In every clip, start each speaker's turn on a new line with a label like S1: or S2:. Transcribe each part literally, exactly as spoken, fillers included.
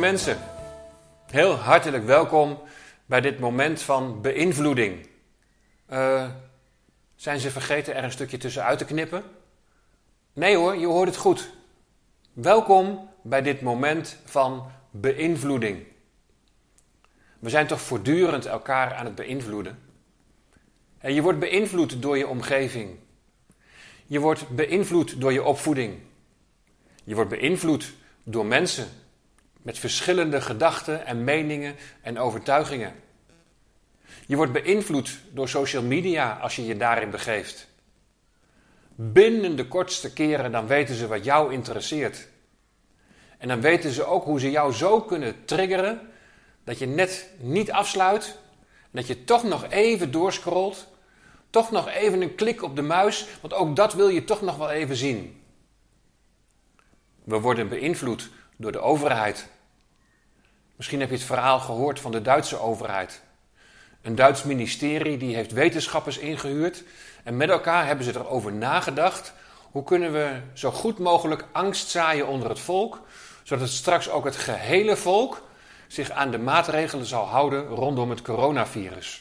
S1: mensen, heel hartelijk welkom bij dit moment van beïnvloeding. Uh, zijn ze vergeten er een stukje tussenuit te knippen? Nee hoor, je hoort het goed. Welkom bij dit moment van beïnvloeding. We zijn toch voortdurend elkaar aan het beïnvloeden. En je wordt beïnvloed door je omgeving. Je wordt beïnvloed door je opvoeding. Je wordt beïnvloed door mensen met verschillende gedachten en meningen en overtuigingen. Je wordt beïnvloed door social media als je je daarin begeeft. Binnen de kortste keren dan weten ze wat jou interesseert. En dan weten ze ook hoe ze jou zo kunnen triggeren dat je net niet afsluit, dat je toch nog even doorscrollt, toch nog even een klik op de muis, want ook dat wil je toch nog wel even zien. We worden beïnvloed door de overheid. Misschien heb je het verhaal gehoord van de Duitse overheid. Een Duits ministerie die heeft wetenschappers ingehuurd en met elkaar hebben ze erover nagedacht. Hoe kunnen we zo goed mogelijk angst zaaien onder het volk, zodat straks ook het gehele volk zich aan de maatregelen zal houden rondom het coronavirus.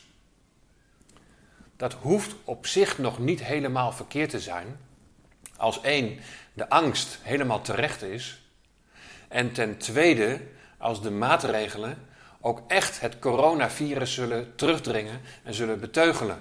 S1: Dat hoeft op zich nog niet helemaal verkeerd te zijn. Als één, de angst helemaal terecht is. En ten tweede, als de maatregelen ook echt het coronavirus zullen terugdringen en zullen beteugelen.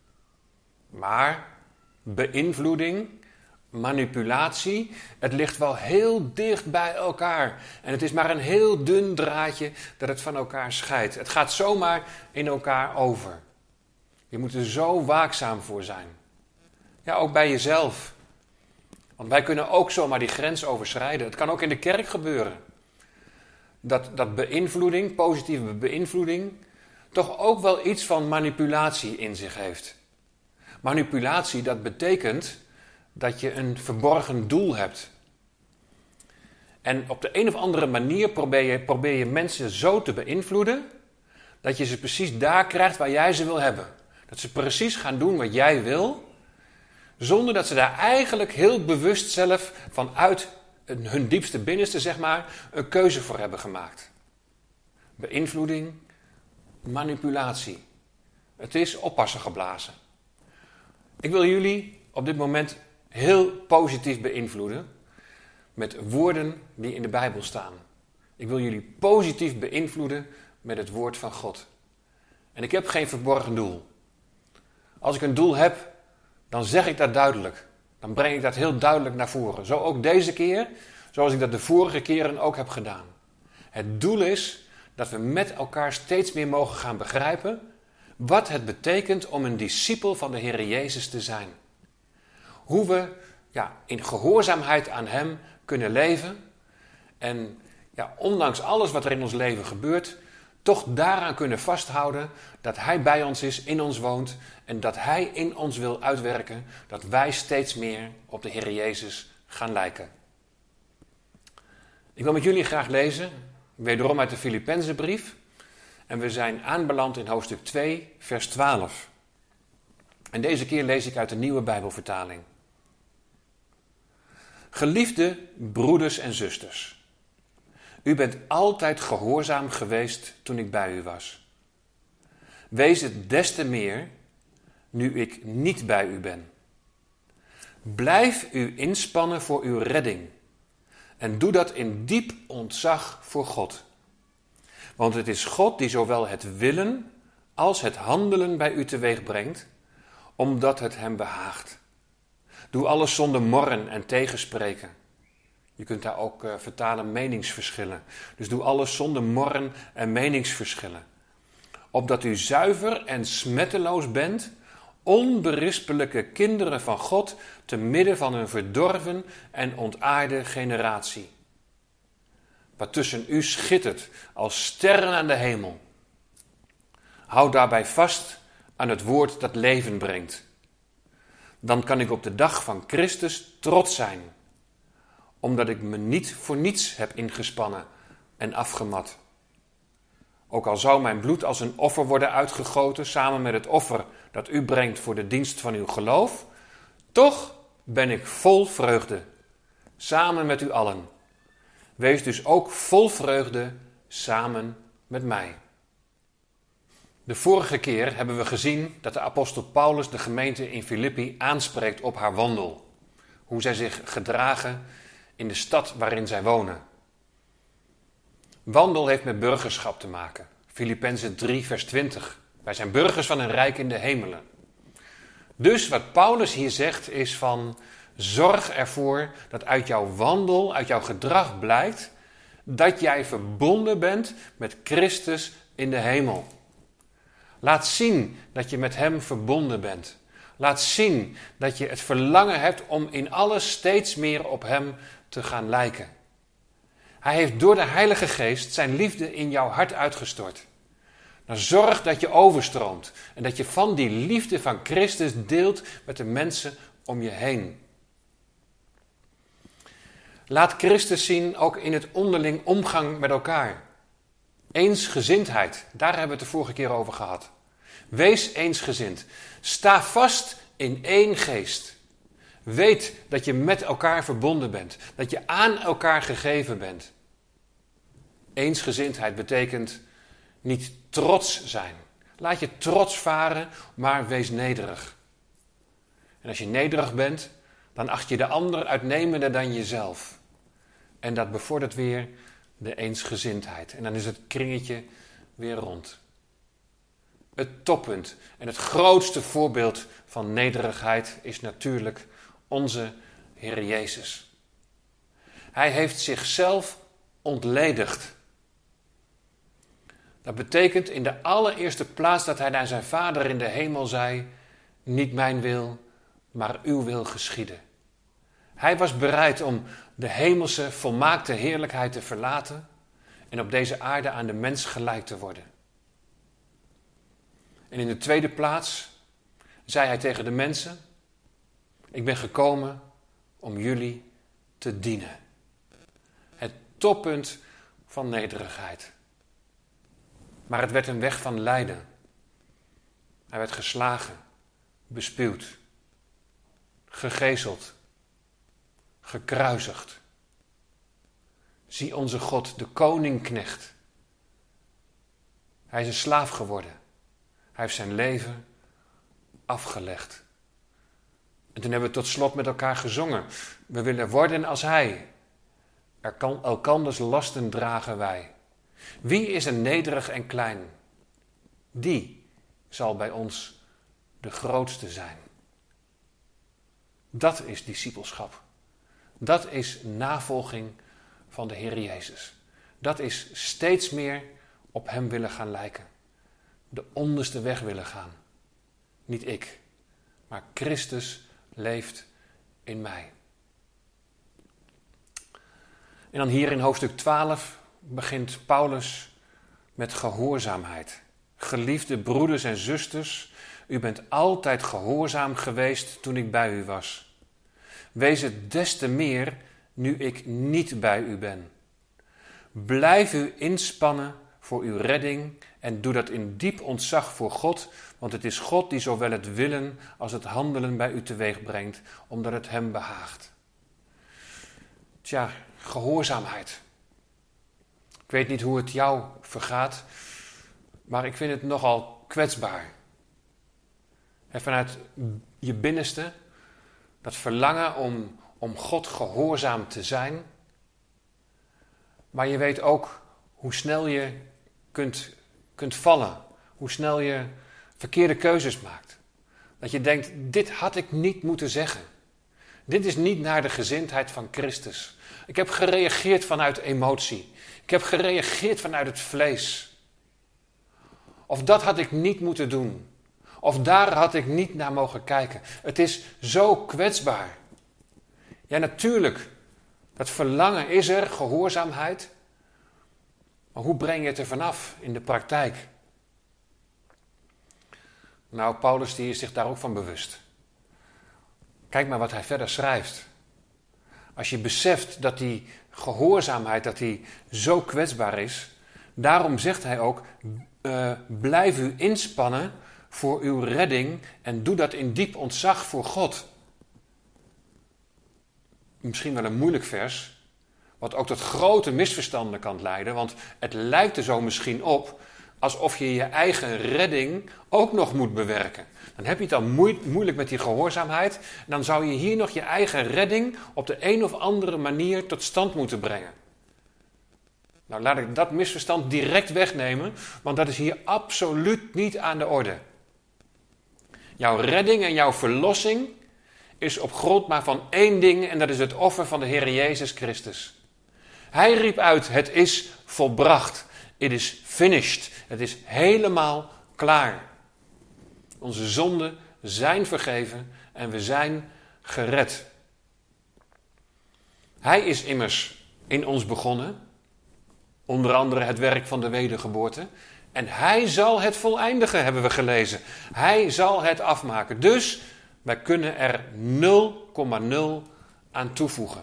S1: Maar beïnvloeding, manipulatie, het ligt wel heel dicht bij elkaar. En het is maar een heel dun draadje dat het van elkaar scheidt. Het gaat zomaar in elkaar over. Je moet er zo waakzaam voor zijn. Ja, ook bij jezelf. Want wij kunnen ook zomaar die grens overschrijden. Het kan ook in de kerk gebeuren. Dat, dat beïnvloeding, positieve beïnvloeding, toch ook wel iets van manipulatie in zich heeft. Manipulatie, dat betekent dat je een verborgen doel hebt. En op de een of andere manier probeer je, probeer je mensen zo te beïnvloeden dat je ze precies daar krijgt waar jij ze wil hebben. Dat ze precies gaan doen wat jij wil, zonder dat ze daar eigenlijk heel bewust zelf vanuit hun diepste binnenste, zeg maar, een keuze voor hebben gemaakt. Beïnvloeding, manipulatie. Het is oppassen geblazen. Ik wil jullie op dit moment heel positief beïnvloeden met woorden die in de Bijbel staan. Ik wil jullie positief beïnvloeden met het woord van God. En ik heb geen verborgen doel. Als ik een doel heb, dan zeg ik dat duidelijk. Dan breng ik dat heel duidelijk naar voren. Zo ook deze keer, zoals ik dat de vorige keren ook heb gedaan. Het doel is dat we met elkaar steeds meer mogen gaan begrijpen wat het betekent om een discipel van de Heer Jezus te zijn. Hoe we ja, in gehoorzaamheid aan Hem kunnen leven. En ja, ondanks alles wat er in ons leven gebeurt, toch daaraan kunnen vasthouden dat Hij bij ons is, in ons woont. En dat Hij in ons wil uitwerken dat wij steeds meer op de Heer Jezus gaan lijken. Ik wil met jullie graag lezen, wederom uit de Filippenzenbrief. En we zijn aanbeland in hoofdstuk twee, vers twaalf. En deze keer lees ik uit de Nieuwe Bijbelvertaling. Geliefde broeders en zusters, u bent altijd gehoorzaam geweest toen ik bij u was. Wees het des te meer nu ik niet bij u ben. Blijf u inspannen voor uw redding en doe dat in diep ontzag voor God. Want het is God die zowel het willen als het handelen bij u teweeg brengt, omdat het hem behaagt. Doe alles zonder morren en tegenspreken. Je kunt daar ook uh, vertalen meningsverschillen. Dus doe alles zonder morren en meningsverschillen. Opdat u zuiver en smetteloos bent, onberispelijke kinderen van God, te midden van een verdorven en ontaarde generatie. Wat tussen u schittert als sterren aan de hemel. Houd daarbij vast aan het woord dat leven brengt. Dan kan ik op de dag van Christus trots zijn, omdat ik me niet voor niets heb ingespannen en afgemat. Ook al zou mijn bloed als een offer worden uitgegoten, samen met het offer dat u brengt voor de dienst van uw geloof, toch ben ik vol vreugde, samen met u allen. Wees dus ook vol vreugde samen met mij. De vorige keer hebben we gezien dat de apostel Paulus de gemeente in Filippi aanspreekt op haar wandel. Hoe zij zich gedragen in de stad waarin zij wonen. Wandel heeft met burgerschap te maken. Filippenzen drie vers twintig. Wij zijn burgers van een rijk in de hemelen. Dus wat Paulus hier zegt is van, zorg ervoor dat uit jouw wandel, uit jouw gedrag blijkt, dat jij verbonden bent met Christus in de hemel. Laat zien dat je met hem verbonden bent. Laat zien dat je het verlangen hebt om in alles steeds meer op hem te gaan lijken. Hij heeft door de Heilige Geest zijn liefde in jouw hart uitgestort. Nou, zorg dat je overstroomt en dat je van die liefde van Christus deelt met de mensen om je heen. Laat Christus zien ook in het onderling omgang met elkaar. Eensgezindheid, daar hebben we het de vorige keer over gehad. Wees eensgezind. Sta vast in één geest. Weet dat je met elkaar verbonden bent. Dat je aan elkaar gegeven bent. Eensgezindheid betekent niet trots zijn. Laat je trots varen, maar wees nederig. En als je nederig bent, dan acht je de ander uitnemender dan jezelf. En dat bevordert weer de eensgezindheid. En dan is het kringetje weer rond. Het toppunt en het grootste voorbeeld van nederigheid is natuurlijk onze Heer Jezus. Hij heeft zichzelf ontledigd. Dat betekent in de allereerste plaats dat hij naar zijn Vader in de hemel zei, niet mijn wil, maar uw wil geschieden. Hij was bereid om de hemelse volmaakte heerlijkheid te verlaten en op deze aarde aan de mens gelijk te worden. En in de tweede plaats zei hij tegen de mensen, ik ben gekomen om jullie te dienen. Het toppunt van nederigheid. Maar het werd een weg van lijden. Hij werd geslagen, bespuwd, gegezeld, gekruisigd. Zie onze God, de koningknecht. Hij is een slaaf geworden. Hij heeft zijn leven afgelegd. En toen hebben we tot slot met elkaar gezongen. We willen worden als hij. Er kan elkanders lasten dragen wij. Wie is er nederig en klein? Die zal bij ons de grootste zijn. Dat is discipelschap. Dat is navolging van de Heer Jezus. Dat is steeds meer op hem willen gaan lijken. De onderste weg willen gaan. Niet ik, maar Christus leeft in mij. En dan hier in hoofdstuk twaalf begint Paulus met gehoorzaamheid. Geliefde broeders en zusters, u bent altijd gehoorzaam geweest toen ik bij u was. Wees het des te meer nu ik niet bij u ben. Blijf u inspannen voor uw redding en doe dat in diep ontzag voor God, want het is God die zowel het willen als het handelen bij u teweeg brengt, omdat het hem behaagt. Tja, gehoorzaamheid. Ik weet niet hoe het jou vergaat, maar ik vind het nogal kwetsbaar. En vanuit je binnenste, dat verlangen om, om God gehoorzaam te zijn, maar je weet ook hoe snel je kunt, kunt vallen, hoe snel je verkeerde keuzes maakt. Dat je denkt, dit had ik niet moeten zeggen. Dit is niet naar de gezindheid van Christus. Ik heb gereageerd vanuit emotie. Ik heb gereageerd vanuit het vlees. Of dat had ik niet moeten doen. Of daar had ik niet naar mogen kijken. Het is zo kwetsbaar. Ja, natuurlijk. Dat verlangen is er, gehoorzaamheid. Maar hoe breng je het er vanaf in de praktijk? Nou, Paulus die is zich daar ook van bewust. Kijk maar wat hij verder schrijft. Als je beseft dat die gehoorzaamheid, dat die zo kwetsbaar is, daarom zegt hij ook, uh, blijf u inspannen voor uw redding en doe dat in diep ontzag voor God. Misschien wel een moeilijk vers, Wat ook tot grote misverstanden kan leiden, want het lijkt er zo misschien op alsof je je eigen redding ook nog moet bewerken. Dan heb je het al moeilijk met die gehoorzaamheid. En dan zou je hier nog je eigen redding op de een of andere manier tot stand moeten brengen. Nou, laat ik dat misverstand direct wegnemen, want dat is hier absoluut niet aan de orde. Jouw redding en jouw verlossing is op grond maar van één ding en dat is het offer van de Heer Jezus Christus. Hij riep uit, het is volbracht. It is finished. Het is helemaal klaar. Onze zonden zijn vergeven en we zijn gered. Hij is immers in ons begonnen. Onder andere het werk van de wedergeboorte. En hij zal het voleindigen, hebben we gelezen. Hij zal het afmaken. Dus wij kunnen er nul komma nul aan toevoegen.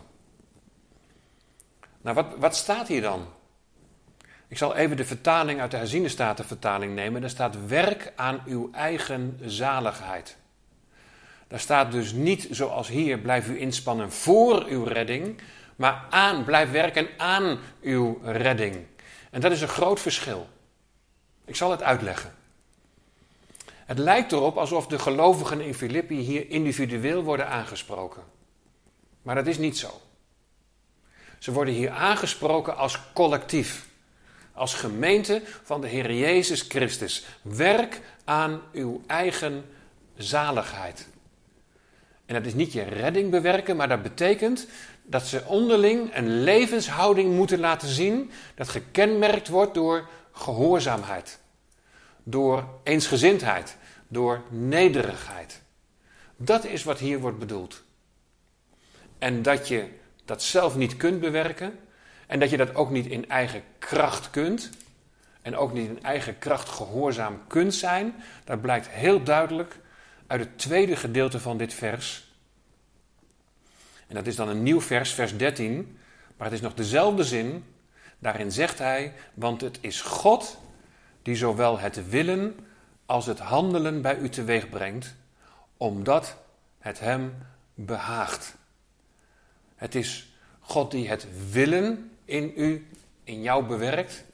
S1: Nou, wat, wat staat hier dan? Ik zal even de vertaling uit de herziene statenvertaling nemen. Daar staat werk aan uw eigen zaligheid. Daar staat dus niet zoals hier, blijf u inspannen voor uw redding, maar aan, blijf werken aan uw redding. En dat is een groot verschil. Ik zal het uitleggen. Het lijkt erop alsof de gelovigen in Filippi hier individueel worden aangesproken. Maar dat is niet zo. Ze worden hier aangesproken als collectief. Als gemeente van de Heer Jezus Christus. Werk aan uw eigen zaligheid. En dat is niet je redding bewerken, maar dat betekent dat ze onderling een levenshouding moeten laten zien dat gekenmerkt wordt door gehoorzaamheid. Door eensgezindheid. Door nederigheid. Dat is wat hier wordt bedoeld. En dat je dat zelf niet kunt bewerken. En dat je dat ook niet in eigen kracht kunt. En ook niet in eigen kracht gehoorzaam kunt zijn. Dat blijkt heel duidelijk uit het tweede gedeelte van dit vers. En dat is dan een nieuw vers, vers dertien. Maar het is nog dezelfde zin. Daarin zegt hij, want het is God die zowel het willen als het handelen bij u teweeg brengt, omdat het hem behaagt. Het is God die het willen in u, in jou bewerkt.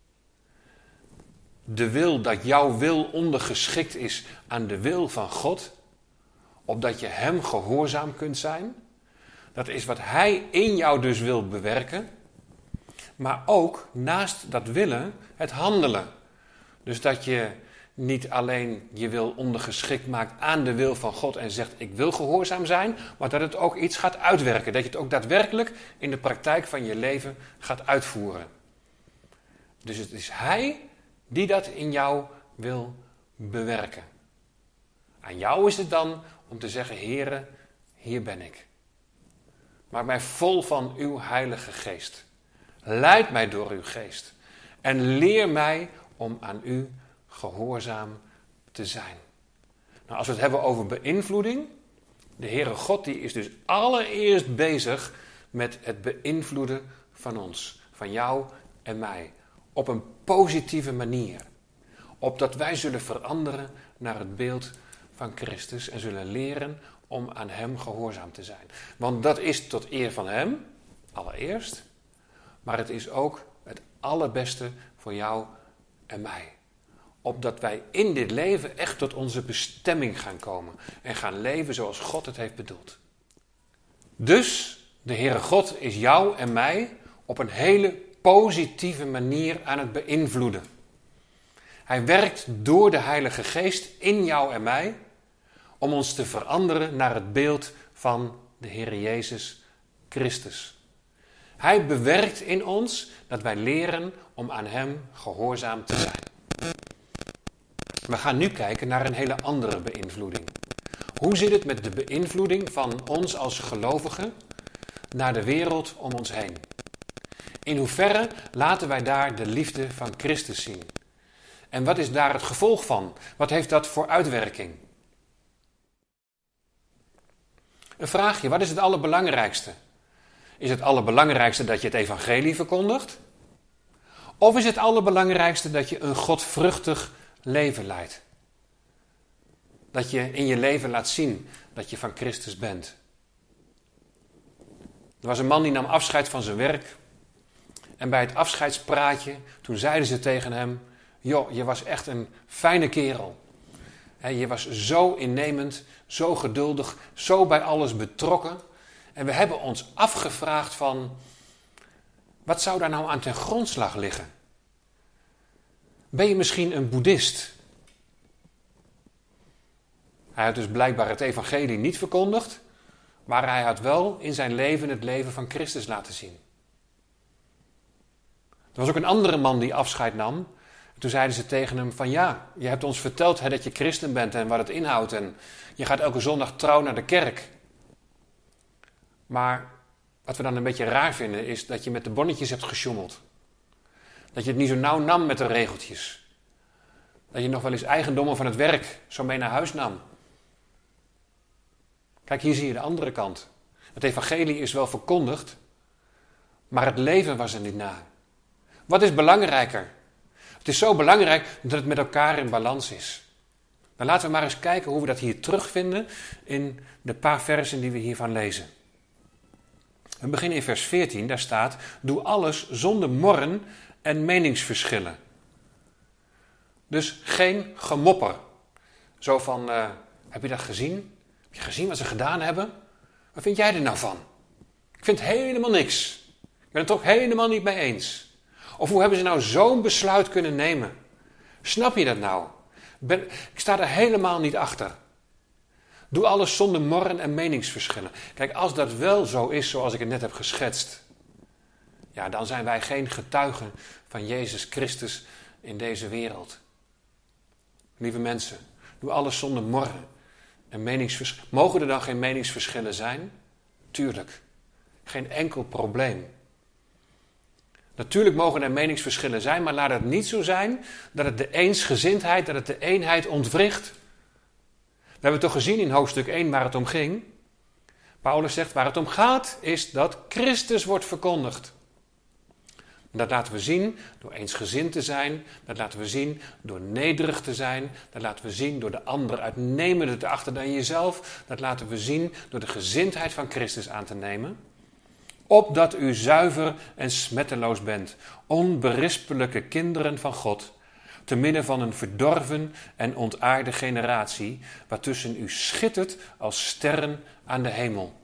S1: De wil dat jouw wil ondergeschikt is aan de wil van God, opdat je hem gehoorzaam kunt zijn. Dat is wat hij in jou dus wil bewerken. Maar ook naast dat willen het handelen. Dus dat je niet alleen je wil ondergeschikt maakt aan de wil van God en zegt ik wil gehoorzaam zijn, maar dat het ook iets gaat uitwerken. Dat je het ook daadwerkelijk in de praktijk van je leven gaat uitvoeren. Dus het is hij die dat in jou wil bewerken. Aan jou is het dan om te zeggen, Heere, hier ben ik. Maak mij vol van uw heilige geest. Leid mij door uw geest. En leer mij om aan u gehoorzaam te zijn. Nou, als we het hebben over beïnvloeding. De Heere God die is dus allereerst bezig met het beïnvloeden van ons. Van jou en mij. Op een positieve manier. Opdat wij zullen veranderen naar het beeld van Christus. En zullen leren om aan hem gehoorzaam te zijn. Want dat is tot eer van hem. Allereerst. Maar het is ook het allerbeste voor jou en mij. Opdat wij in dit leven echt tot onze bestemming gaan komen. En gaan leven zoals God het heeft bedoeld. Dus de Heere God is jou en mij op een hele positieve manier aan het beïnvloeden. Hij werkt door de Heilige Geest in jou en mij om ons te veranderen naar het beeld van de Heere Jezus Christus. Hij bewerkt in ons dat wij leren om aan hem gehoorzaam te zijn. We gaan nu kijken naar een hele andere beïnvloeding. Hoe zit het met de beïnvloeding van ons als gelovigen naar de wereld om ons heen? In hoeverre laten wij daar de liefde van Christus zien? En wat is daar het gevolg van? Wat heeft dat voor uitwerking? Een vraagje, wat is het allerbelangrijkste? Is het allerbelangrijkste dat je het evangelie verkondigt? Of is het allerbelangrijkste dat je een godvruchtig leven leidt? Dat je in je leven laat zien dat je van Christus bent. Er was een man die nam afscheid van zijn werk En bij het afscheidspraatje, toen zeiden ze tegen hem, joh, je was echt een fijne kerel. He, je was zo innemend, zo geduldig, zo bij alles betrokken. En we hebben ons afgevraagd van, wat zou daar nou aan ten grondslag liggen? Ben je misschien een boeddhist? Hij had dus blijkbaar het evangelie niet verkondigd, maar hij had wel in zijn leven het leven van Christus laten zien. Er was ook een andere man die afscheid nam. Toen zeiden ze tegen hem van ja, je hebt ons verteld hè, dat je christen bent en wat het inhoudt. En je gaat elke zondag trouw naar de kerk. Maar wat we dan een beetje raar vinden is dat je met de bonnetjes hebt gesjoemeld. Dat je het niet zo nauw nam met de regeltjes. Dat je nog wel eens eigendommen van het werk zo mee naar huis nam. Kijk, hier zie je de andere kant. Het evangelie is wel verkondigd, maar het leven was er niet na. Wat is belangrijker? Het is zo belangrijk dat het met elkaar in balans is. Dan laten we maar eens kijken hoe we dat hier terugvinden in de paar versen die we hiervan lezen. We beginnen in vers veertien, daar staat, doe alles zonder morren en meningsverschillen. Dus geen gemopper. Zo van, uh, heb je dat gezien? Heb je gezien wat ze gedaan hebben? Wat vind jij er nou van? Ik vind helemaal niks. Ik ben het er ook helemaal niet mee eens. Of hoe hebben ze nou zo'n besluit kunnen nemen? Snap je dat nou? Ben, ik sta er helemaal niet achter. Doe alles zonder morren en meningsverschillen. Kijk, als dat wel zo is zoals ik het net heb geschetst, ja, dan zijn wij geen getuigen van Jezus Christus in deze wereld. Lieve mensen, doe alles zonder morren en meningsverschillen. Mogen er dan geen meningsverschillen zijn? Tuurlijk. Geen enkel probleem. Natuurlijk mogen er meningsverschillen zijn, maar laat het niet zo zijn dat het de eensgezindheid, dat het de eenheid ontwricht. We hebben toch gezien in hoofdstuk één waar het om ging. Paulus zegt waar het om gaat is dat Christus wordt verkondigd. Dat laten we zien door eensgezind te zijn. Dat laten we zien door nederig te zijn. Dat laten we zien door de ander uitnemender te achten dan jezelf. Dat laten we zien door de gezindheid van Christus aan te nemen. Opdat u zuiver en smetteloos bent, onberispelijke kinderen van God, te midden van een verdorven en ontaarde generatie, waartussen u schittert als sterren aan de hemel.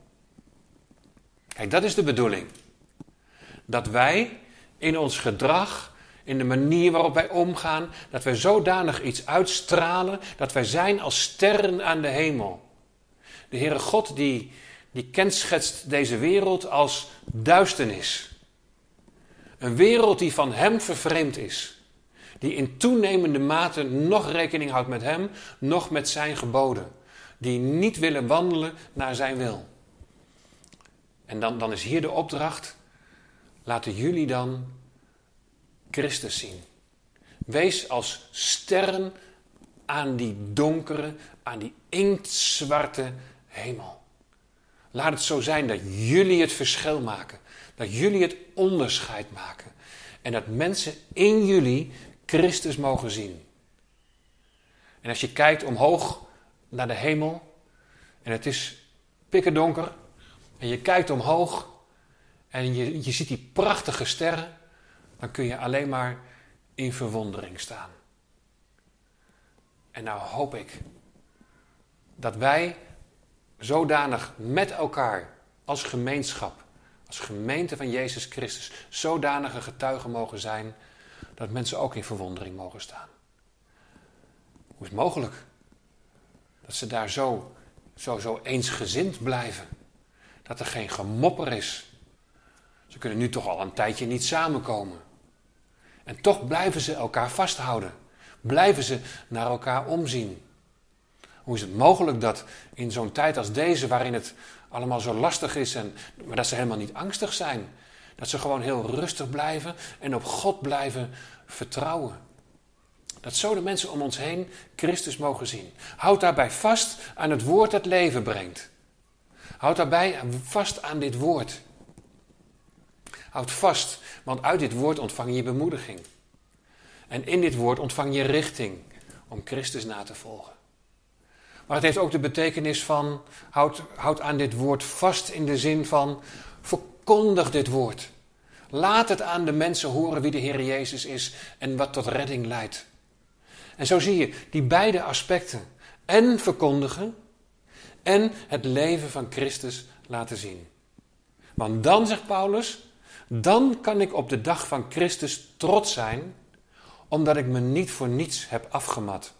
S1: Kijk, dat is de bedoeling. Dat wij in ons gedrag, in de manier waarop wij omgaan, dat wij zodanig iets uitstralen, dat wij zijn als sterren aan de hemel. De Heere God die, die kenschetst deze wereld als duisternis. Een wereld die van hem vervreemd is. Die in toenemende mate nog rekening houdt met hem, nog met zijn geboden. Die niet willen wandelen naar zijn wil. En dan, dan is hier de opdracht, laten jullie dan Christus zien. Wees als sterren aan die donkere, aan die inktzwarte hemel. Laat het zo zijn dat jullie het verschil maken. Dat jullie het onderscheid maken. En dat mensen in jullie Christus mogen zien. En als je kijkt omhoog naar de hemel en het is pikkerdonker en je kijkt omhoog en je, je ziet die prachtige sterren, dan kun je alleen maar in verwondering staan. En nou hoop ik dat wij zodanig met elkaar als gemeenschap, als gemeente van Jezus Christus, zodanige getuigen mogen zijn, dat mensen ook in verwondering mogen staan. Hoe is het mogelijk? Dat ze daar zo, zo, zo eensgezind blijven. Dat er geen gemopper is. Ze kunnen nu toch al een tijdje niet samenkomen. En toch blijven ze elkaar vasthouden. Blijven ze naar elkaar omzien. Hoe is het mogelijk dat in zo'n tijd als deze, waarin het allemaal zo lastig is, en, maar dat ze helemaal niet angstig zijn. Dat ze gewoon heel rustig blijven en op God blijven vertrouwen. Dat zo de mensen om ons heen Christus mogen zien. Houd daarbij vast aan het woord dat leven brengt. Houd daarbij vast aan dit woord. Houd vast, want uit dit woord ontvang je bemoediging. En in dit woord ontvang je richting om Christus na te volgen. Maar het heeft ook de betekenis van, houd, houd aan dit woord vast in de zin van, verkondig dit woord. Laat het aan de mensen horen wie de Heer Jezus is en wat tot redding leidt. En zo zie je die beide aspecten. En verkondigen en het leven van Christus laten zien. Want dan, zegt Paulus, dan kan ik op de dag van Christus trots zijn, omdat ik me niet voor niets heb afgemat.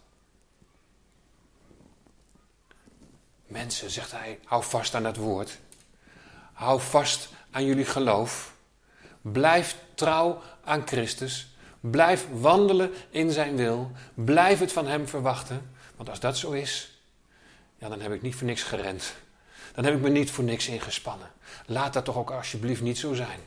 S1: Mensen, zegt hij, hou vast aan dat woord. Hou vast aan jullie geloof. Blijf trouw aan Christus. Blijf wandelen in zijn wil. Blijf het van hem verwachten. Want als dat zo is, ja, dan heb ik niet voor niks gerend. Dan heb ik me niet voor niks ingespannen. Laat dat toch ook alsjeblieft niet zo zijn.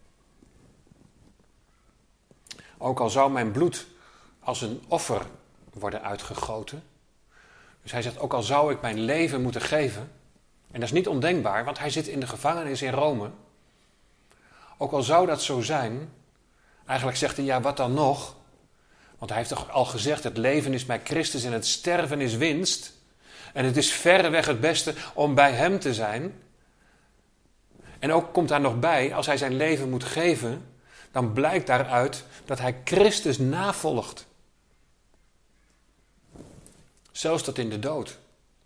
S1: Ook al zou mijn bloed als een offer worden uitgegoten. Dus hij zegt, ook al zou ik mijn leven moeten geven. En dat is niet ondenkbaar, want hij zit in de gevangenis in Rome. Ook al zou dat zo zijn. Eigenlijk zegt hij, ja, wat dan nog? Want hij heeft toch al gezegd, het leven is bij Christus en het sterven is winst. En het is verreweg het beste om bij hem te zijn. En ook komt daar nog bij, als hij zijn leven moet geven, dan blijkt daaruit dat hij Christus navolgt. Zelfs tot in de dood.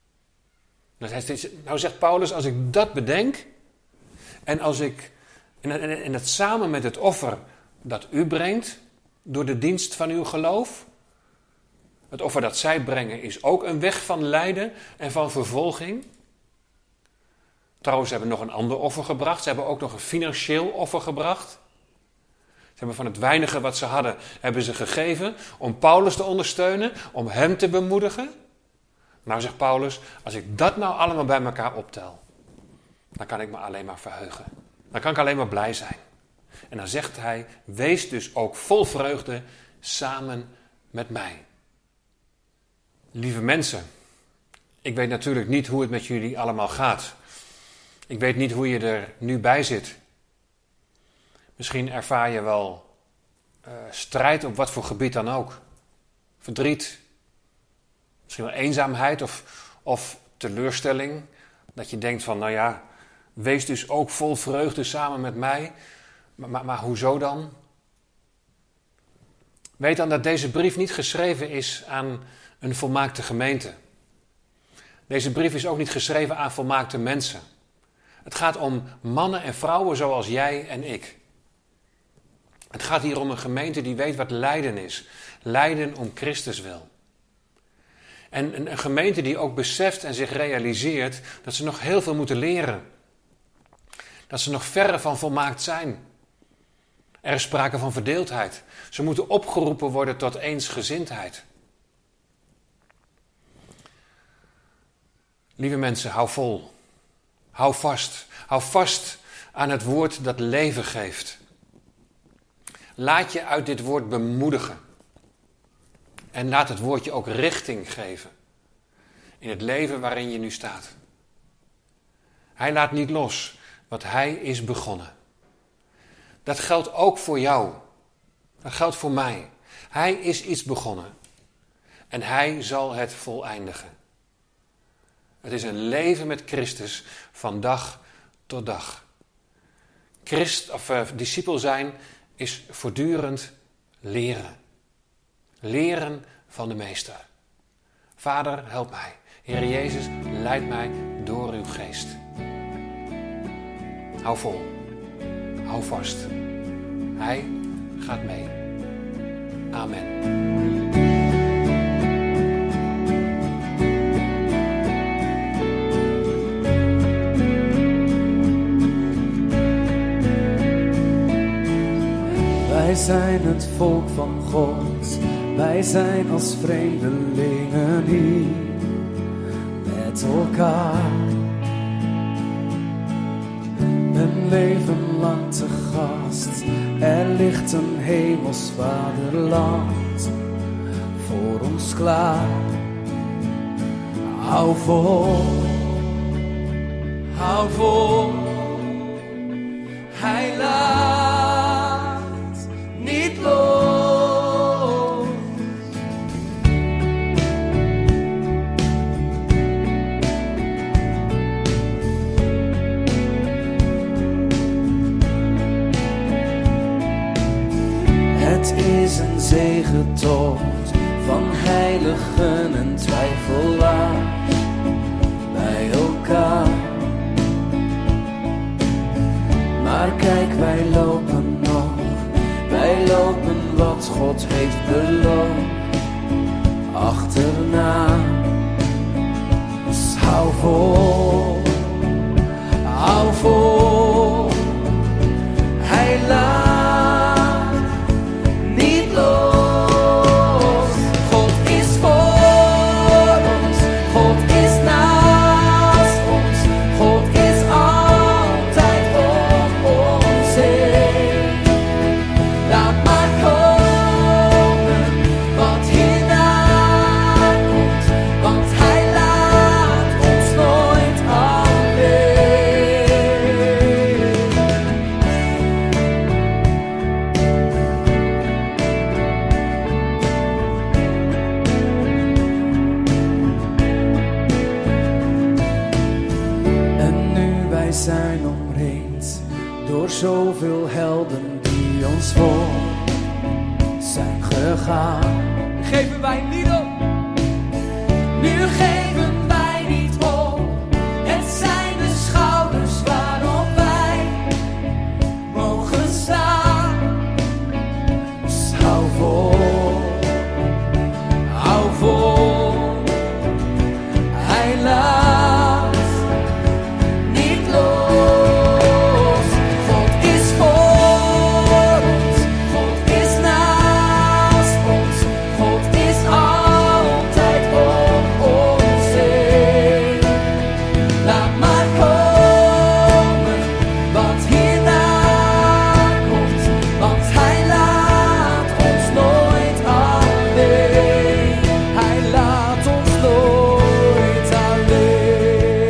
S1: Nou zegt Paulus, als ik dat bedenk, en als ik, en het samen met het offer dat u brengt, door de dienst van uw geloof, het offer dat zij brengen is ook een weg van lijden en van vervolging. Trouwens, ze hebben nog een ander offer gebracht. Ze hebben ook nog een financieel offer gebracht. Ze hebben van het weinige wat ze hadden, hebben ze gegeven om Paulus te ondersteunen, om hem te bemoedigen. Nou, zegt Paulus, als ik dat nou allemaal bij elkaar optel, dan kan ik me alleen maar verheugen. Dan kan ik alleen maar blij zijn. En dan zegt hij, wees dus ook vol vreugde samen met mij. Lieve mensen, ik weet natuurlijk niet hoe het met jullie allemaal gaat. Ik weet niet hoe je er nu bij zit. Misschien ervaar je wel uh, strijd op wat voor gebied dan ook. Verdriet, misschien wel eenzaamheid of, of teleurstelling. Dat je denkt van, nou ja, wees dus ook vol vreugde samen met mij. Maar, maar, maar hoezo dan? Weet dan dat deze brief niet geschreven is aan een volmaakte gemeente. Deze brief is ook niet geschreven aan volmaakte mensen. Het gaat om mannen en vrouwen zoals jij en ik. Het gaat hier om een gemeente die weet wat lijden is. Lijden om Christus wil. En een, een gemeente die ook beseft en zich realiseert dat ze nog heel veel moeten leren. Dat ze nog verre van volmaakt zijn. Er is sprake van verdeeldheid. Ze moeten opgeroepen worden tot eensgezindheid. Lieve mensen, hou vol. Hou vast. Hou vast aan het woord dat leven geeft. Laat je uit dit woord bemoedigen. En laat het woord je ook richting geven. In het leven waarin je nu staat. Hij laat niet los wat hij is begonnen. Dat geldt ook voor jou. Dat geldt voor mij. Hij is iets begonnen. En hij zal het voleindigen. Het is een leven met Christus van dag tot dag. Christ, of uh, discipel zijn is voortdurend leren. Leren van de Meester. Vader, help mij. Heer Jezus, leid mij door uw geest. Hou vol. Hou vast. Hij gaat mee. Amen.
S2: Wij zijn het volk van God, wij zijn als vreemdelingen hier met elkaar. Een leven lang te gast, er ligt een hemels vaderland voor ons klaar. Hou vol, hou vol, hij laat niet los. tocht van heiligen en twijfelaars bij elkaar. Maar kijk, wij lopen nog, wij lopen wat God heeft beloofd achterna. Dus hou vol, hou vol, Hij laat niet los. God is voor ons, God is naast ons, God is altijd om ons heen. Laat maar komen wat hierna komt, want Hij laat ons nooit alleen. En nu wij zijn omringd door zoveel helden die ons voor zijn gegaan. Geven wij niet op. Nu geven wij niet op. Het zijn de schouders waarop wij mogen staan. Dus hou vol, hou vol. Hij laat niet los. God is voor ons, God is naast ons, God is altijd om ons heen. Laat maar komen wat hierna komt, want Hij laat ons nooit alleen. Hij laat ons nooit alleen.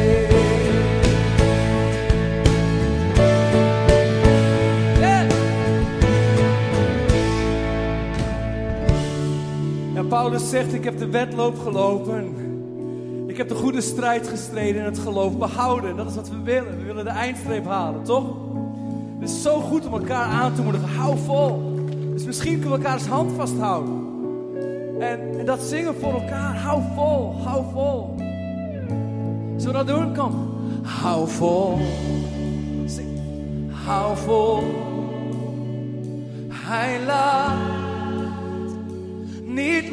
S2: Yeah.
S3: Ja, Paulus zegt, ik heb de wedloop gelopen. Ik heb de goede strijd gestreden en het geloof behouden. Dat is wat we willen. We willen de eindstreep halen, toch? Het is zo goed om elkaar aan te moedigen. Hou vol. Dus misschien kunnen we elkaar eens hand vasthouden. En, en dat zingen voor elkaar. Hou vol, hou vol. Zullen we dat doen? Kom.
S2: Hou vol,
S3: Zing.
S2: hou vol, Hij laat niet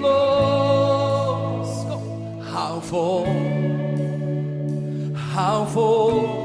S2: los.
S3: Kom.
S2: Hou vol, hou vol,